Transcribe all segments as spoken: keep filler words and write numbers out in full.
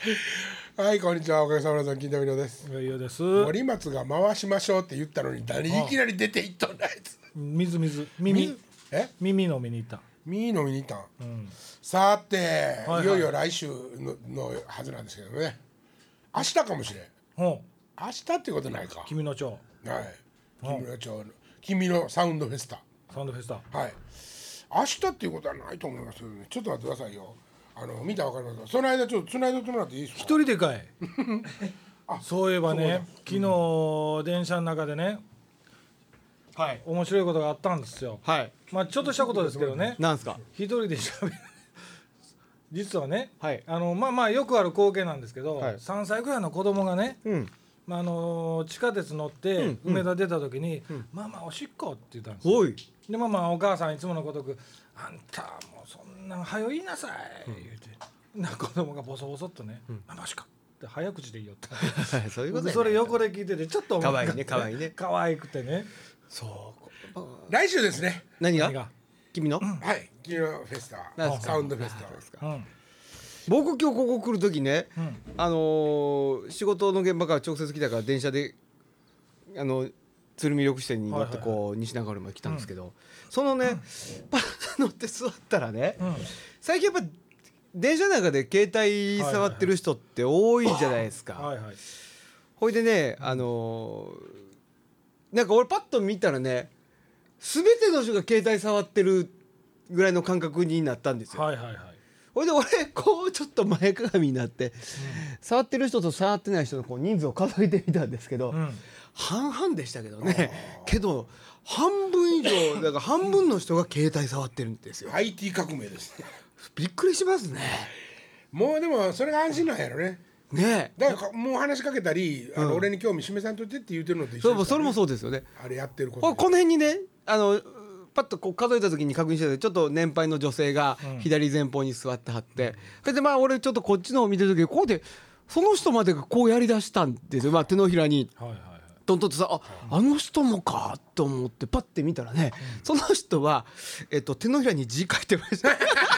はい、こんにちは。おかげさまで金田美濃です。 いやです。 森松が回しましょうって言ったのに誰にいきなり出ていっとんだやつ。 水水耳え耳飲みに行った。 耳飲みに行ったん、 うん、 さて、 はいはい、 いよいよ来週 の, のはずなんですけどね。明日かもしれん。 ほう明日ってことないか。 君の町。 はい。君の町の君のサウンドフェスタ。 サウンドフェスタ。 はい。明日っていうことはないと思いますけどね。ちょっと待ってくださいよ。あの見たらわかりますけど、その間ちょっとつないでってもらっていいですか。 一人でかい。あ、そういえばね、昨日、うん、電車の中でね、はい、面白いことがあったんですよ。はい。まあちょっとしたことですけどね。 なんですか。 一人で喋る。実はね、 はい、 あのまあまあよくある光景なんですけど、 はい、 さんさいくらいの子供がね、うん、まあ、あの地下鉄乗って梅田出た時に、うんうん、ママおしっこって言ったんですよ。おいでママお母さんいつものごとくあんたもうそんな早言いなさい、うん、言うてな子供がボソボソっとね、うん、ママしかって早口で言いよったそういうこと、ね、それ横で聞いててちょっと可愛いね可愛いね可愛くてね。 そう来週ですね。 何が君の、 うん、はい君のフェスタサウンドフェスタですか、うん、 僕今日ここ来る時ね、うん、あのー、仕事の現場から直接来たから電車であの鶴見緑地店に乗ってこう、はいはい、西中原まで来たんですけど、うん、そのね、うん、パラ乗って座ったらね、うん、最近やっぱ電車の中で携帯触ってる人って多いじゃないですか、はいはい、ほいでね、あのー、なんか俺パッと見たらね全ての人が携帯触ってるぐらいの感覚になったんですよ、はいはいはい、ほいで俺こうちょっと前かがみになって、うん、触ってる人と触ってない人のこう人数を数えてみたんですけど、うん、半々でしたけどね。けど半分以上だから半分の人が携帯触ってるんですよ。 アイティー 革命です。 びっくりしますね。 もうでもそれが安心なんやろね。 ねえ。だからもう話しかけたり、あの、うん、俺に興味示さんといてって言ってるのと一緒です、ね。 そうそれもそうですよね。 あれやってること。 この辺にねあのパッとこう数えた時に確認してたちょっと年配の女性が左前方に座ってはって、うん、でまあ俺ちょっとこっちの方見てる時こうでその人までがこうやりだしたんですよ、まあ、手のひらに。はいはいトントンとさ あ, あの人もかと思ってパッて見たらね、うん、その人は、えっと、手のひらに字書いてました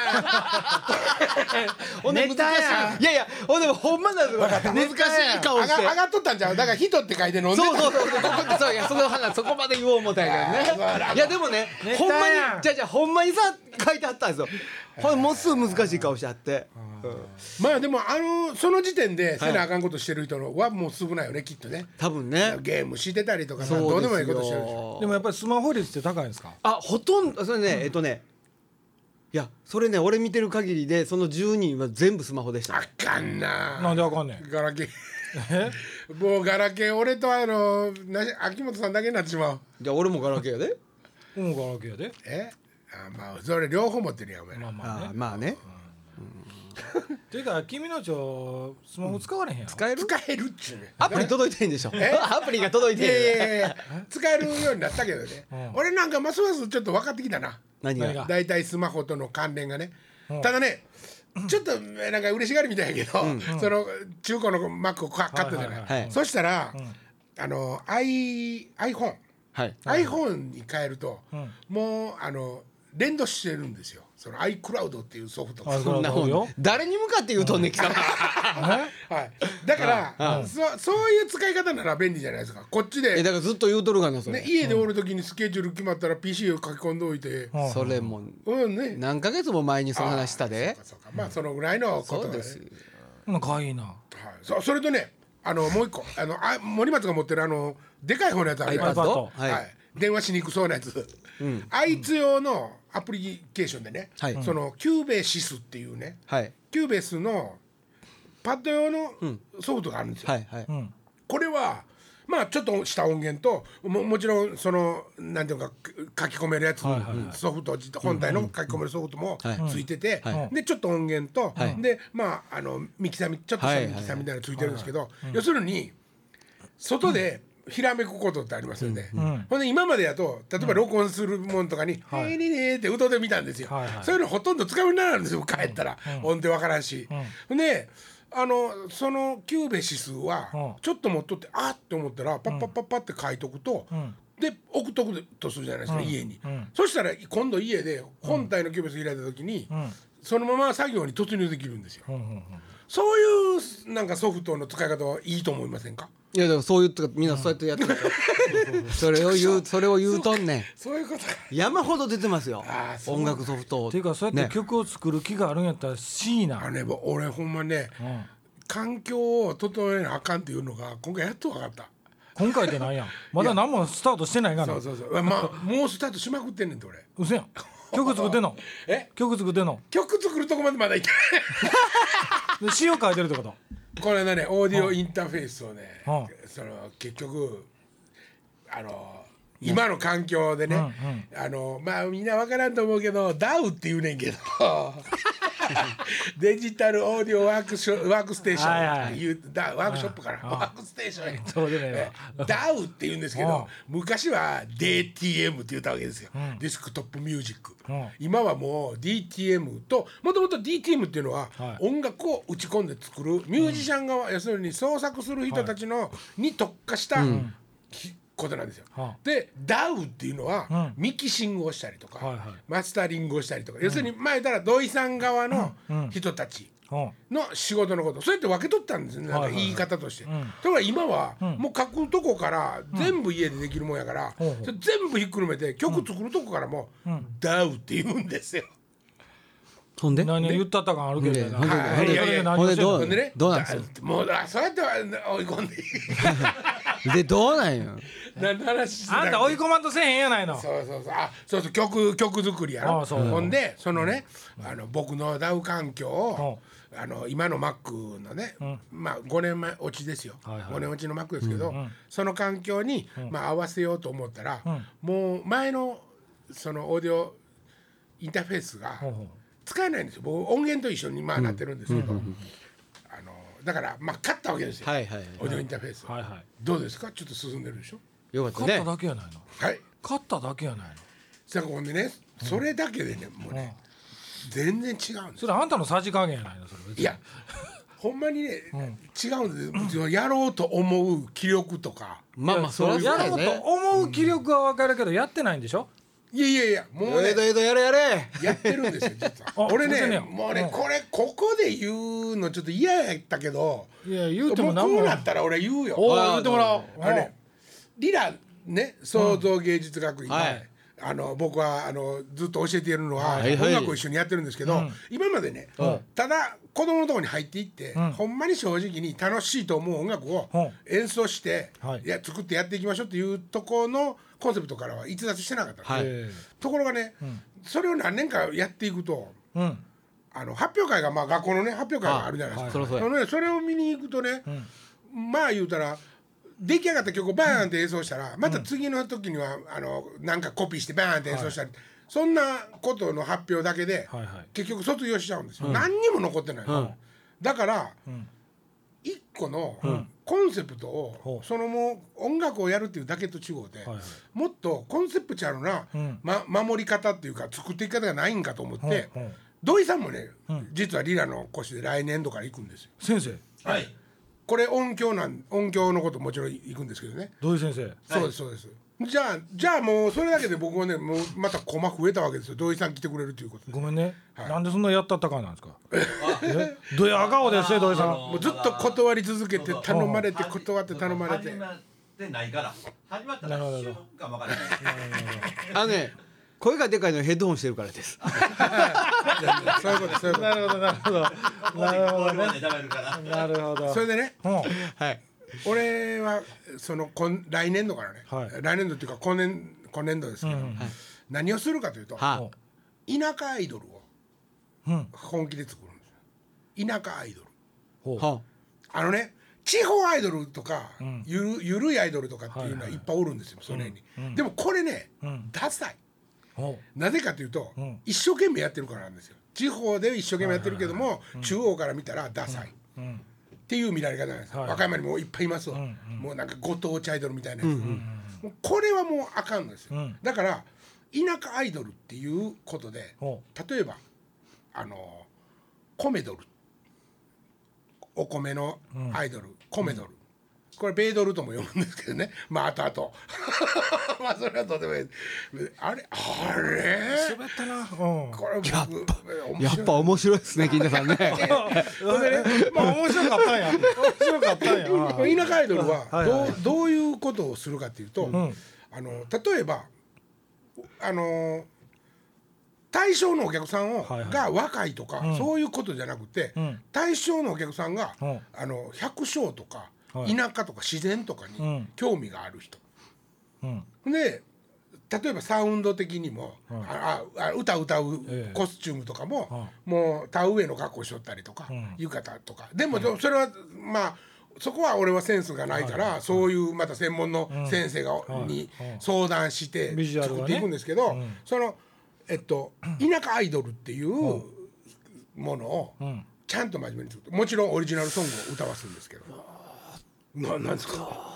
ほんで難しいいやいやほんでもほんまなんですよ難しい顔して上がっとったんちゃうだから人って書いて飲んでたそうそうそうそうそういやその話そこまで言おう思ったんやけどねいやでもねほんまにじゃあじゃあほんまにさ書いてあったんですよほんでもうすぐ難しい顔してあってうん、 まあでもあのその時点でせなあかんことしてる人のはもう少ないよねきっとね多分ねゲームしてたりとかどうでもいいことしてるでしょ。 でもやっぱりスマホ率って高いんですか。 あほとんどそれね、うん、えっとねいやそれね俺見てる限りでそのじゅうにんは全部スマホでした、 ね、あかんななんであかんねんガラケーもうガラケー俺とあの秋元さんだけになってしまう。 じゃあ俺もガラケーやで俺もガラケーやでえあまあそれ両方持ってるやんお前。 まあまあねまあね、 うん、ていうか君の町スマホ使われへんやん、うん、 使える使えるっちゅうねアプリ届いてんでしょアプリが届いてる、 いやいやいや使えるようになったけどね、うん、俺なんかますますちょっと分かってきたな。 何がだいたいスマホとの関連がね、うん、ただねちょっとなんか嬉しがりみたいやけど、うん、その中古の Mac を買ったじゃない、はいはいはい、そしたら、うん、あの I iPhone、はい、iPhone に変えると、うん、もうあの連動してるんですよその iCloud っていうソフトが。 そんなもん誰に向かって言うとんねん貴様はい、だからそ, そういう使い方なら便利じゃないですかこっちで。 えだからずっと言うとるがなそれ、 ね、家でおる時にスケジュール決まったら ピーシー を書き込んでおいて、 うん、それも、 うんね、 何ヶ月も前にその話したで。 そうかそうか、まあそのぐらいのことがね。そうですよかわいいな、はい、 そ, それとねあのもう一個あのあ森松が持ってるあのでかい方のやつあるじゃないですか、はいはい、電話しにくそうなやつ、うん、あいつ用のアプリケーションでね、はい、そのキューベーシスっていうね、はい、キューベースのパッド用のソフトがあるんですよ、はいはい、これはまあちょっとした音源と も, もちろんそのなんていうか書き込めるやつ、はいはいはい、ソフト本体の書き込めるソフトもついてて、はいはい、でちょっと音源と、はい、でまああのミキサーちょっとしたミキサーみたいなのついてるんですけど、はいはいはい、要するに外で、うんひらめくことってありますよね、うんうん、ほんで今までやと例えば録音するもんとかに「へいにね」って音で見たんですよ、はいはい、そういうのほとんど使うようになるんですよ帰ったら、うん、音程わからんし、うん、であのそのキューベシスはちょっと持っとってあっって思ったらパッパッパッパッって書いとくと、うん、で送っとくとするじゃないですか、うん、家に、うん、そしたら今度家で本体のキューベシス開いた時に、うんそのまま作業に突入できるんですよ、うんうんうん、そういうなんかソフトの使い方はいいと思いませんか？ いやだからそういうとかみんなそうやってやってるそれを言うそれを言うとんねんそういうことか山ほど出てますよ音楽ソフトっていうかそうやって曲を作る気があるんやったらしいな、 ね、あね俺ほんまね、うん、環境を整えなあかんっていうのが今回やっと分かった。 今回ってなんやまだ何もスタートしてないがな。 そうそうそう、まあ、もうスタートしまくってんねんて俺。 うせやん曲作ってんのえ曲作ってんの曲作るとこまでまだいってない詩を書いてるってこと？ これねオーディオインターフェースをね、はあ、その結局あの今の環境でね、うんうん、あのまあみんな分からんと思うけど ダウ って言うねんけどデジタルオーディオワークショワークステーションっていう、はいはい、ワークショップからワークステーションへそうでねダウ って言うんですけど昔は ディーティーエム って言ったわけですよ、うん、ディスクトップミュージック、うん、今はもう ディーティーエム ともともと ディーティーエム っていうのは、はい、音楽を打ち込んで作るミュージシャン側、うん、要するに創作する人たちの、はい、に特化した、うんことなんですよ、はあ、で ダウ っていうのは、うん、ミキシングをしたりとか、はいはい、マスタリングをしたりとか、うん、要するに前から土井さん側の人たちの仕事のこと、そうやって分け取ったんですね、なんか言い方として、はいはいはい、ところが今は、うん、もう書くとこから全部家でできるもんやから、うん、それ全部ひっくるめて曲作るとこからも、うん、ダウ って言うんですよ。 ほんで何を言ったったかあるけどな、 ほんでどうねどうなんですよ。 もうそうやって追い込んでいいでどうなんよ何の話あんた追い込まんとせえへんやないの。 そうそうそうあそうそう曲曲作りやろ。ほんでそのね、うん、あの僕のダウ環境を、うん、あの今の Mac のね、うん、まあごねんまえ落ちですよ、はいはい、ごねん落ちの Mac ですけど、うん、その環境に、うんまあ、合わせようと思ったら、うん、もう前のそのオーディオインターフェースが使えないんですよ。僕音源と一緒にまあなってるんですけど、うんうんうん、あのだからまあ買ったわけですよ、はいはいはい、オーディオインターフェース、はいはい、どうですかちょっと進んでるでしょ。 よかったね。 買っただけやないの。 はい買っただけやないの。 それほんでねそれだけでねもうね、うん、全然違うんです。 それあんたのさじ加減やないのそれ別に。 いやほんまにね、うん、違うんです、うん、やろうと思う気力とかまあまあそれはやろうと思う気力は分かるけどやってないんでしょ。 いやいやいやもうねえどえどやれやれやってるんですよ実は俺ねもうねこれここで言うのちょっと嫌やったけどいや言うても何もこうなったら俺言うよ。 お言うてもらおう。 あれねリラね創造芸術学院、うんはい、あの僕はあのずっと教えているのは、はい、音楽を一緒にやってるんですけど、うん、今までね、うん、ただ子供のところに入っていって、うん、ほんまに正直に楽しいと思う音楽を演奏して、はい、いや作ってやっていきましょうっていうところのコンセプトからは逸脱してなかった、はい、ところがね、うん、それを何年かやっていくと、うん、あの発表会がまあ学校のね発表会があるじゃないですか、はいはい、そのね、それを見に行くとね、うん、まあ言うたら出来上がった曲をバーンって演奏したら、うん、また次の時にはあのなんかコピーしてバーンって演奏したり、はい、そんなことの発表だけで、はいはい、結局卒業しちゃうんですよ、うん、何にも残ってない、うん、だから、うん、一個のコンセプトを、うん、そのもう音楽をやるっていうだけと違うで、はいはい、もっとコンセプチュアルな、うんま、守り方っていうか作っていき方がないんかと思って、うんうん、土井さんもね、うん、実はリラの講師で来年度から行くんですよ。 先生はいこれ音響なん音響のこともちろん行くんですけどね。 土井先生そうですそうです、はい、じゃあじゃあもうそれだけで僕はねもうまたコマ増えたわけですよ。土井さん来てくれるということで。 ごめんね、はい、なんでそんなやったったかなんですかえどや赤顔ですね土井さん。 もうずっと断り続けて頼まれて断って頼まれて始まってないから始まったら瞬間分からないあのね声がでかいのはヘッドホンしてるからですそういうことそういうことなるほどなるほどなるほどねなるほど。 それでね、 うん、 はい俺はその今来年度からね、はい、来年度っていうか今年今年度ですけど、うん、何をするかというと、は田舎アイドルを本気で作るんですよ。田舎アイドル、はあのね地方アイドルとか、うん、ゆるゆるいアイドルとかっていうのはいっぱいおるんですよ、それに、うん、でもこれね、うん、ダサい。なぜかというと、うん、一生懸命やってるからなんですよ。地方で一生懸命やってるけども、はいはいはい、中央から見たらダサい、うんうん、っていう見られ方なんですよ、はい、和歌山にもいっぱいいますわ、うんうん、もうなんかご当地アイドルみたいなやつ、うんうん、もうこれはもうあかんのですよ、うん、だから田舎アイドルっていうことで、例えばあの米ドルお米のアイドル、うん、米ドル、 これベイドルとも読むんですけどね、まあ後々まあそれはとてもいい。あれあれ滑ったな、うん、 これ僕やっぱやっぱ面白いですね金田さんねそれでね、まあ面白かったんや面白かったんや田舎アイドルははいはいどう、どういうことをするかっていうと、 んあの例えばあの対象のお客さんを、 はいはいが若いとか、 うんそういうことじゃなくて、 うん対象のお客さんが、 うんあの百姓とか、 はい田舎とか自然とかにうん興味がある人、 うんで例えばサウンド的にも、 はいああ歌歌うええコスチュームとかも、 はもう田植えの格好しとったりとか、 うん浴衣とかでも、それはまあそこは俺はセンスがないから、 はいそういうまた専門の先生が、 うんにはい相談してビジュアルがね作っていくんですけど、 うんそのえっと田舎アイドルっていうものをうんちゃんと真面目に作って、もちろんオリジナルソングを歌わすんですけど、ななんですか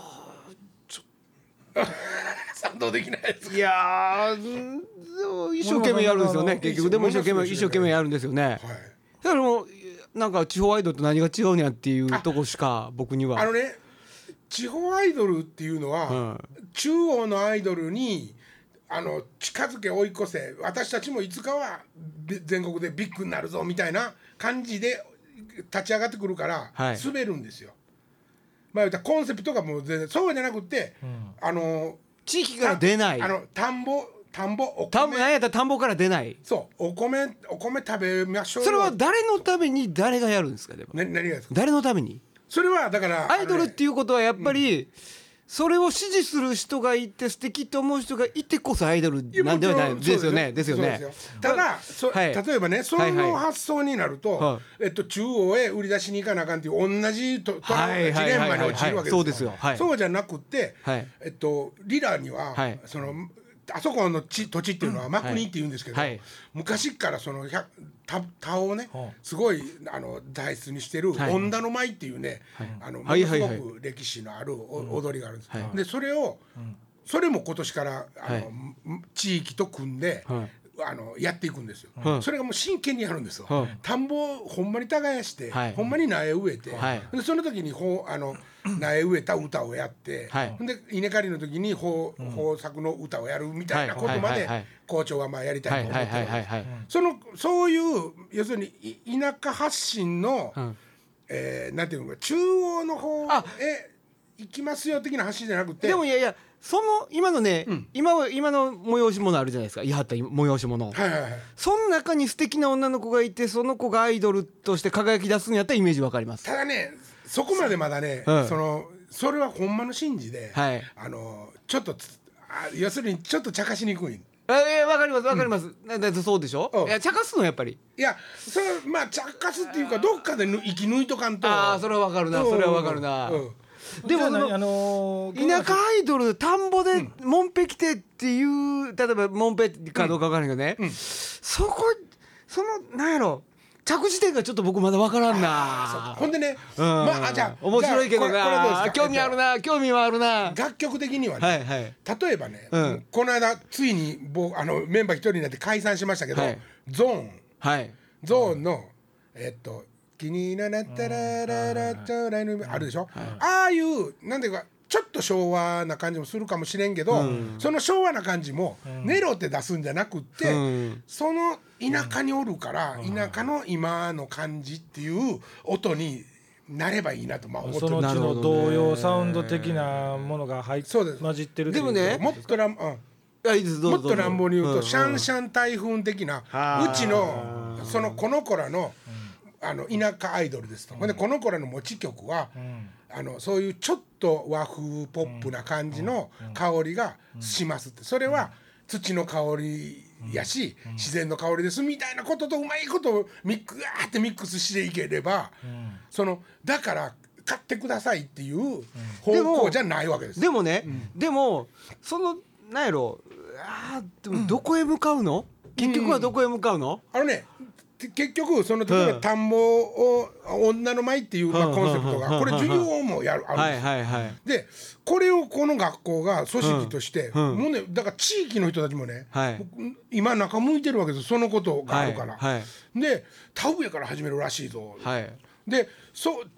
賛同できないですか。 いやー一生懸命やるんですよね結局でも一生懸命一生懸命やるんですよねはいだからもうなんか地方アイドルと何が違うねやっていうとこしか僕にはあのね地方アイドルっていうのは、 うん中央のアイドルにあの近づけ追い越せ、私たちもいつかはべ全国でビッグになるぞみたいな感じで立ち上がってくるから、 はい滑るんですよ。まあ言ったらコンセプトがもう全然そうじゃなくて、 んあの地域から出ないあの田んぼ田んぼお田んぼ米なんやったら田んぼから出ないそうお米お米食べましょうよ。 それは誰のために誰がやるんですかでもな何がですか。 誰のためにそれはだからアイドルっていういうことはやっぱりそれを支持する人がいて素敵と思う人がいてこそアイドルなんではないですよねですよねただそ、 はい例えばねそはいはいの発想になると、 はえっと、中央へ売り出しに行かなあかんっていう同じととはいジレンマに陥るわけですよ。 そうですよはいそうじゃなくて、 はいえっと、リラには、 はいそのあそこの地土地っていうのはマクニっていうんですけど、 はい昔からそのひゃ田田をね、 はあすごいあの大切にしてるはい恩田の舞っていうね、あのもはいのすごはいく歴史のあるお踊りがあるんです。 はいでそれを、それも今年からあの、 はい地域と組んで、 はいあのやっていくんですよ、 はいそれがもう真剣にやるんですよ、 はい田んぼをほんまに耕して、 はいほんまに苗植えて、 はいでその時にほうあの苗植えた歌をやって、 はいで稲刈りの時に豊豊作の歌をやるみたいなことまではいはいはいはい校長はまあやりたはいいと思ってるはいはいはいはいそのそういう要するにい田舎発信の、 うんえーなんていうのか中央の方あへ行きますよ的な発信じゃなくてでもいやいやその今のね、今は今の催し物あるじゃないですか言い張った催し物、 はいはいはいその中に素敵な女の子がいてその子がアイドルとして輝き出すんやったらイメージわかりますただねそこまでまだね、 はいそのそれはほんまの真珠で、 はいあのちょっとつあ要するにちょっと茶化しにくい。 えー、わかりますわかります、だだってそうでしょ、 うんいや茶化すのやっぱりいやそれはまあ茶化すっていうかどっかでぬ息抜いとかんと。 ああそれはわかるな、 うんそれはわかるな、 うんでもそのじゃあ何あのー田舎アイドル田んぼでもんぺ来てっていう例えばもんぺかどうかわからんけどね、そこそのなんやろ着地点がちょっと僕まだわからんなほんでね、 うんまああじゃあ面白いけどじゃあこれこれどうですかな興味あるな興味はあるな楽曲的にはね、 はいはい例えばね、 うんこの間ついに僕あのメンバー一人になって解散しましたけど、 はいゾーンはいゾーンのえっと「気になったらららちゃらの」あるでしょ、ああいうなんていうかちょっと昭和な感じもするかもしれんけど、その昭和な感じもネロって出すんじゃなくって、 うんその田舎におるから田舎の今の感じっていう音になればいいなとまあ思ってる。 その地の童謡サウンド的なものが入っそうです混じってるでもねもっと乱、うんあいいですどうぞもっと乱暴に言うと、 んシャンシャン台風的な、 あーうちのそのこの子らの、あの田舎アイドルですと、ほんでこの子らの持ち曲は、あのそういうちょっと和風ポップな感じの香りがしますって、それは土の香りやし、自然の香りですみたいなこととうまいことをミックガーってミックスしていければ、そのだから買ってくださいっていう方向じゃないわけです。 でもね、でもそのなんやろあーでもどこへ向かうの、結局はどこへ向かうの、 あのねて結局その例えば田んぼを女の舞っていうまあうんコンセプトがこれ授業もやるあるんはいですよ。 はいはいでこれをこの学校が組織としてうんうんもうねだから地域の人たちもねはい今中向いてるわけですそのことがあるから。 はいはいで田植えから始めるらしいぞ。 はいでそう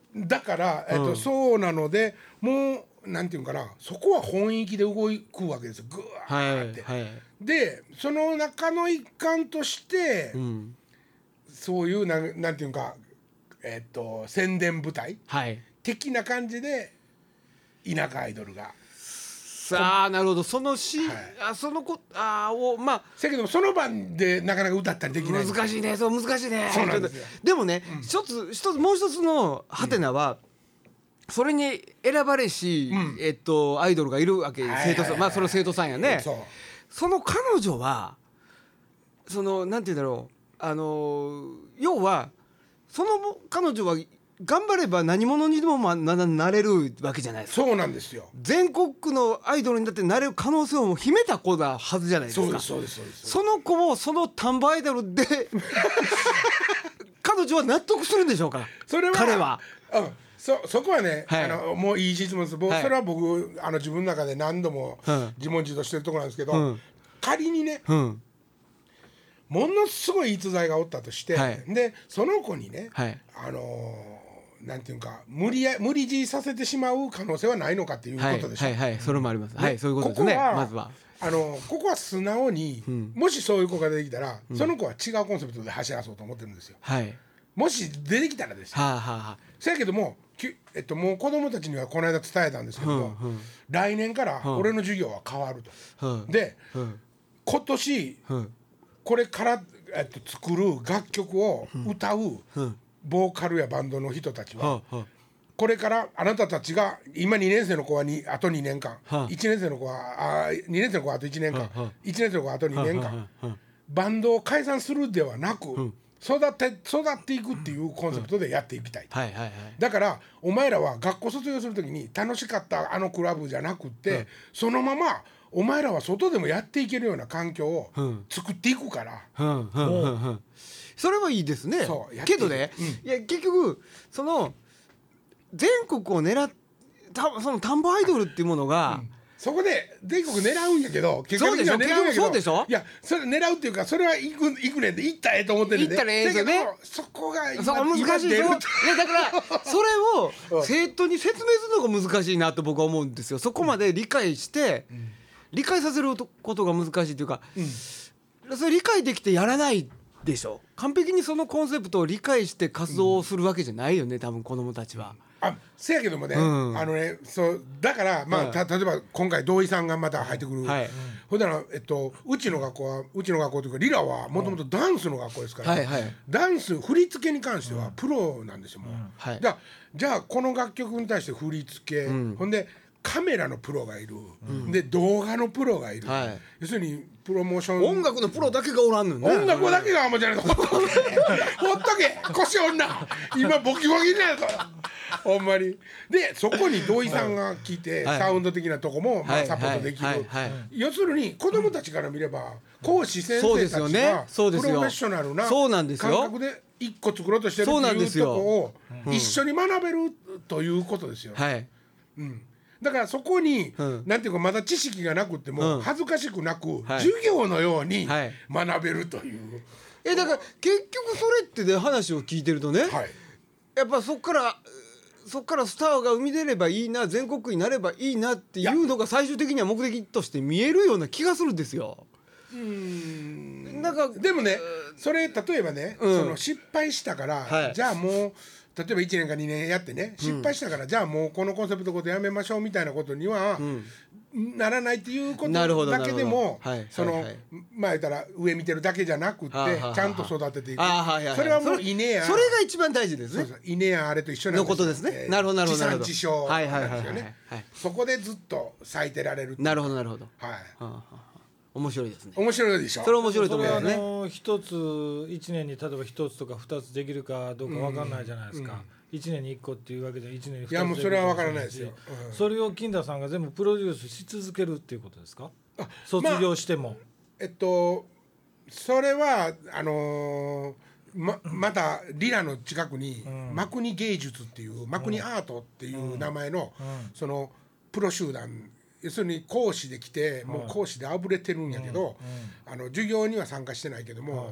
だから、えっとうん、そうなのでもうなんていうかな、そこは本域で動くわけですよ、ぐわーって、はいはい、でその中の一環として、うん、そういうな ん, なんていうか、えっと、宣伝部隊、はい、的な感じで田舎アイドルがさあなるほど、そのし、はい、あそのこあをまあだけどその晩でなかなか歌ったりできない、 難しいね、そう難しいね。 そうなんですよ。 でもね、うん、一つ一つもう一つのハテナは、うん、それに選ばれし、うん、えっとアイドルがいるわけ、生徒さん、まあその生徒さんやね。そう、その彼女はそのなんて言うんだろう、あの要はその彼女は頑張れば何者にでもな, なれるわけじゃないですか。 そうなんですよ。 全国区のアイドルにだってなれる可能性を秘めた子だはずじゃないですか。 そうですそうですそうです。 その子をその丹波アイドルで彼女は納得するんでしょうか。それは彼は、 うん、そ, そこはね、はい、あのもういい質問です。僕、はい、それは僕あの自分の中で何度も自問自答してるところなんですけど、うん、仮にね、うん、ものすごい逸材がおったとして、はい、でその子にね、はい、あのーなんていうか無理や無理強いさせてしまう可能性はないのかっていうことでしょ。 はいはいはい、それもあります。はい、そういうことですね。 ここはまずはあのここは素直に、うん、もしそういう子が出てきたら、うん、その子は違うコンセプトで走らそうと思ってるんですよ。はい、もし出てきたらですよ。はあはあ、そやけども、えっと、もう子供たちにはこの間伝えたんですけども、うんうん、来年から俺の授業は変わると。うん、で、うん、今年、うん、これから、えっと、作る楽曲を歌う、うん、ボーカルやバンドの人たちは、はあはあ、これからあなたたちが今にねん生の子はにあとにねんかん、はあ、いちねん生の子はあにねん生の子はあといちねんかん、はあはあ、いちねん生の子はあとにねんかん、はあはあはあ、バンドを解散するではなく、うん、育て育っていくっていうコンセプトでやっていきたい、はいはいはい、だからお前らは学校卒業するときに楽しかったあのクラブじゃなくって、うん、そのままお前らは外でもやっていけるような環境を作っていくから、うんうんうんうん、 それはいいですね。けどね、うん、いや結局その全国を狙ったその田んぼアイドルっていうものが、うん、 そこで全国狙うんやけど結果的には狙うんやけど、そうでしょ。いやそれ狙うっていうかそれは行く行くねんで行ったらええと思ってるんで、行ったらええんですよね。そこが今そこ難しい。そういやだからそれを生徒に説明するのが難しいなと僕は思うんですよ。そこまで理解して、うん、理解させることが難しいというか、うん、それ理解できてやらないでしょ。完璧にそのコンセプトを理解して活動をするわけじゃないよね、うん、多分子どもたちは。 あせやけどもね、うん、あのねそうだからまあ、はい、た例えば今回土井さんがまた入ってくる、はい、ほんだら、えっと、うちの学校はうちの学校というかリラはもともとダンスの学校ですから、はいはい、ダンス振り付けに関してはプロなんですよ、もう、うんはい、だじゃあこの楽曲に対して振り付け、うん、ほんでカメラのプロがいる、うん、で動画のプロがいる、はい、要するにプロモーション音楽のプロだけがおらんのね。 音楽だけがあんまじゃないほっとけほっとけ腰女今ボキボキになるからほんまに。でそこに土井さんが来て、はい、サウンド的なとこも、まあ、サポートできる、はいはいはい、要するに子どもたちから見れば講師先生たちがプロフェッショナルな感覚で一個作ろうとしてるっていうとこを一緒に学べるということですよ、はい、うん、だからそこに、うん、なんていうかまだ知識がなくても、うん、恥ずかしくなく、はい、授業のように学べるという、はい、 えだから結局それってね話を聞いてるとね、はい、やっぱそっからそっからスターが生み出ればいいな、全国区になればいいなっていうのが最終的には目的として見えるような気がするんですよ。 うーんなんかでもねそれ例えばね、うん、その失敗したから、はい、じゃあもう例えばいちねんかにねんやってね失敗したから、うん、じゃあもうこのコンセプトことやめましょうみたいなことには、うんならないっていうことだけでも、はい、その、はいはい、まあ言ったら上見てるだけじゃなくってちゃんと育てていく、はいはい、それはもう稲やそれが一番大事ですね。そうそう稲やあれと一緒なんですのことですね、えー、なるほどなるほど、地産地消なんですよね。そこでずっと咲いてられる。 なるほどなるほど、はい、はあはあ、面白いですね。 面白いでしょ。 それ面白いと思いますね。 それはあの一つ一年に例えば一つとか二つできるかどうか分かんないじゃないですか、うんうん、いちねんにいっこっていうわけでいちねんにふたつ。 いやもうそれは分からないですよ、 うん、それを金田さんが全部プロデュースし続けるっていうことですか。卒業しても、まあ、 えっとそれはあのー、ま, またリラの近くに、うん、マクニ芸術っていうマクニアートっていう名前の、うんうん、そのプロ集団、要するに講師で来て、もう講師であぶれてるんやけど、あの授業には参加してないけども、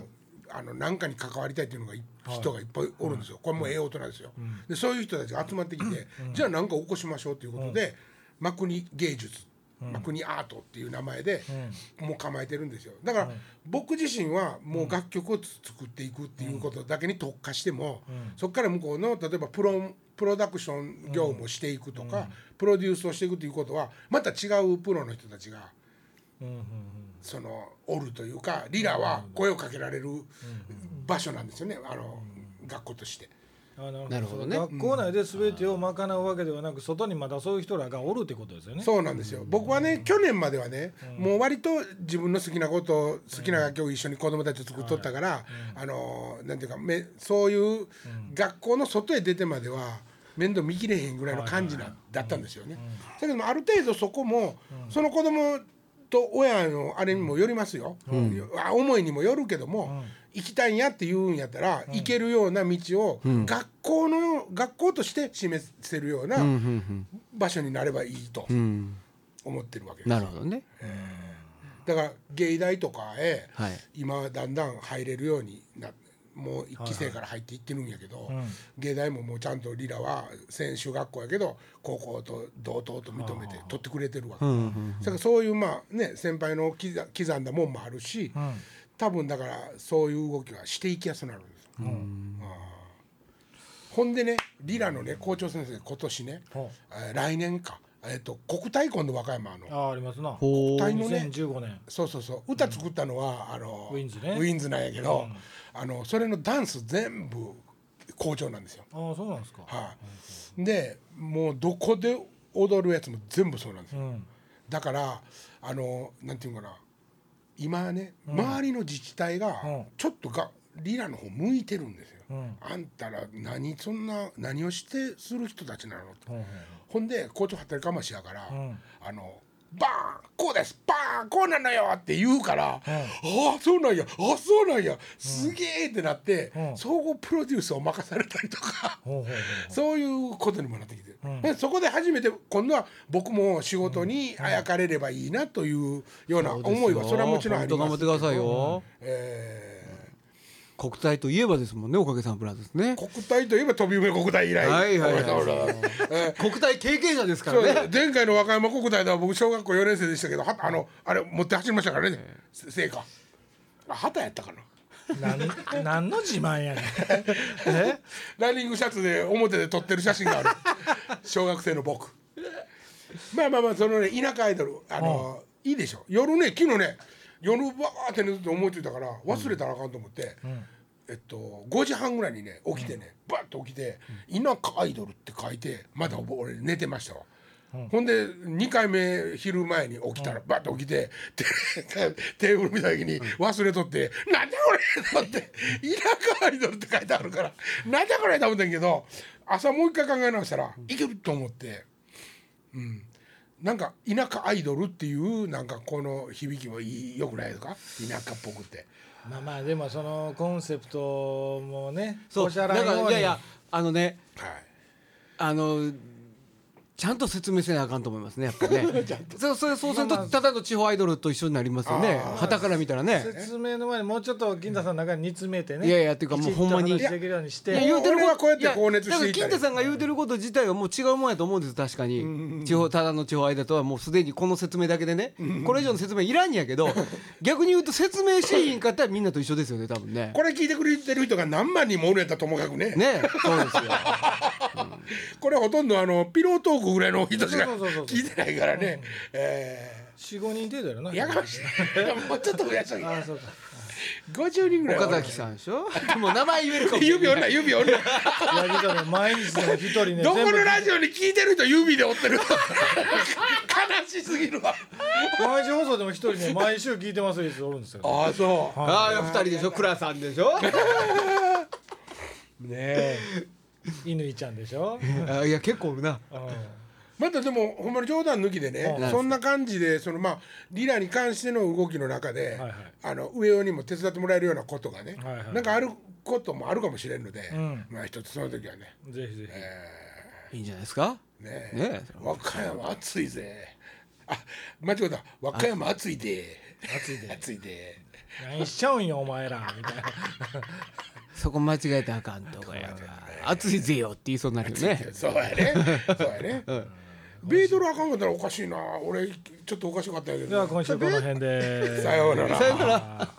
あの何かに関わりたいっていうのが人がいっぱいおるんですよ。これもええ大人ですよ。でそういう人たちが集まってきて、じゃあ何か起こしましょうということで、マクニ芸術、マクニアートっていう名前でもう構えてるんですよ。だから僕自身はもう楽曲を作っていくっていうことだけに特化しても、そこから向こうの例えばプロプロダクション業務をしていくとか、プロデュースをしていくということはまた違うプロの人たちがそのおるというか、リラは声をかけられる場所なんですよね、あの学校として。 あなるほどね。学校内で全てを賄うわけではなく、外にまだそういう人らがおるってことですよね。 そうなんですよ。僕はね、去年まではね、もう割と自分の好きなことを好きな楽器を一緒に子供たちと作っとったから、あのなんていうかめそういう学校の外へ出てまでは面倒見きれへんぐらいの感じなだったんですよね。だけどもある程度そこもその子供と親のあれにもよりますよ、うん、思いにもよるけども、うん、行きたいんやって言うんやったら、うん、行けるような道を、うん、学校の学校として示せるような場所になればいいと思ってるわけです、 なるほどね、 だから芸大とかへ、はい、今だんだん入れるようになってもう一期生から入っていってるんやけど、はいはい、芸大ももうちゃんとリラは専修学校やけど高校と同等と認めて取ってくれてるわけ、うんうんうん、だからそういうまあね先輩の刻んだもんもあるし、うん、多分だからそういう動きはしていきやすくなるんです、うんうん、ほんでねリラのね校長先生今年ね、えー、来年かえっと、国体今度和歌山のあありますな国体のねにせんじゅうごねんそうそうそう歌作ったのは、うん、あのウィンズねウィンズなんやけど、うん、あのそれのダンス全部校長なんですよ。 ああそうなんですか、 はい、でもうどこで踊るやつも全部そうなんですよ、うん、だからあのなんていうかな今ね、うん、周りの自治体がちょっとがリラの方向いてるんですよ、うん、あんたら何そんな何をしてする人たちなのと、うんほんで校長はったりかましやから、うん、あのバーンこうですバーンこうなのよって言うから、うん、ああそうなんやあそうなんやすげえってなって、うん、総合プロデュースを任されたりとか、うん、そういうことにもなってきて、うん、でそこで初めて今度は僕も仕事にあやかれればいいなというような思いはそれはもちろんありますけど、 頑張ってくださいよ、えー国体といえばですもんね、おかげさんブラザーズね。 国体といえば飛び梅国体以来、はいはいはいえー、国体経験者ですからね。 前回の和歌山国体では僕小学校よねん生でしたけど、はあのあれ持って走りましたからね、聖火旗やったかな。何, 何の自慢やねんえランニングシャツで表で撮ってる写真がある小学生の僕。まあまあまあそのね田舎アイドルあの、うん、いいでしょ。夜ね昨日ね夜バーって寝てて思いついたから忘れたらあかんと思って、うん、えっとごじはんぐらいにね起きてね、うん、バッと起きて「田舎アイドル」って書いてまだ俺寝てましたわ、うん、ほんでにかいめ昼前に起きたらバッと起きて、うん、テーブル見た時に忘れとって「なんだこれ!」と思って「田舎アイドル」って書いてあるから「なんだこれ!」と思ったんやけど朝もう一回考え直したらいけると思ってうんなんか田舎アイドルっていうなんかこの響きもいいよくないですか、田舎っぽくて。 まあまあでもそのコンセプトもねそうだからいやいやあのね、はい、あのちゃんと説明せなあかんと思いますねやっぱねそうそうそうするとただの地方アイドルと一緒になりますよね、旗から見たらね。 説明の前にもうちょっと金田さんの中に煮詰めてね、 いやいやっていうかもうほんまにきちっと話できるようにして、 言うてることはこうやって高熱していたい。 金田さんが言うてること自体はもう違うもんやと思うんです確かに。地方ただの地方アイドルとはもうすでにこの説明だけでねこれ以上の説明いらんやけど逆に言うと説明しいんかったらみんなと一緒ですよね多分ね。 これ聞いてくれてる人が何万人もおるやったらともかくね。 ねそうですよ、 うん、これほとんどあのピロートークぐらいの人しか聞いてないからね。 よん、ごにん程度やろな。 やかましいもうちょっと増やしとけ。ああそうかごじゅうにんぐらい。 岡崎さんでしょもう名前言えるかも指おんな指おんな。いや実はね毎日でも一人ねどこのラジオに聞いてる人指で追ってる悲しすぎるわ。 毎日放送でも一人ね毎週聞いてますやつおるんですよ。 ああそう、 ああふたりでしょ、倉さんでしょねえ乾ちゃんでしょあいや結構おるな。 またでもほんまに冗談抜きでね、うん、そんな感じでそのまあリラに関しての動きの中で、はいはい、あの上にも手伝ってもらえるようなことがね、はいはい、なんかあることもあるかもしれんので、うん、まあ一つその時はねぜひぜひ、 えー、いいんじゃないですかねえ、ね和歌山暑いぜ。あ間違えた和歌山暑いで、 暑いで暑いで何しちゃうんよお前らみたいなそこ間違えたらあかんとかや暑いぜよって言いそうになるよねそうやねそうやね、うん、ベイドルあかんかったらおかしいな俺ちょっとおかしかったんやけどでは今週この辺でさようならさようなら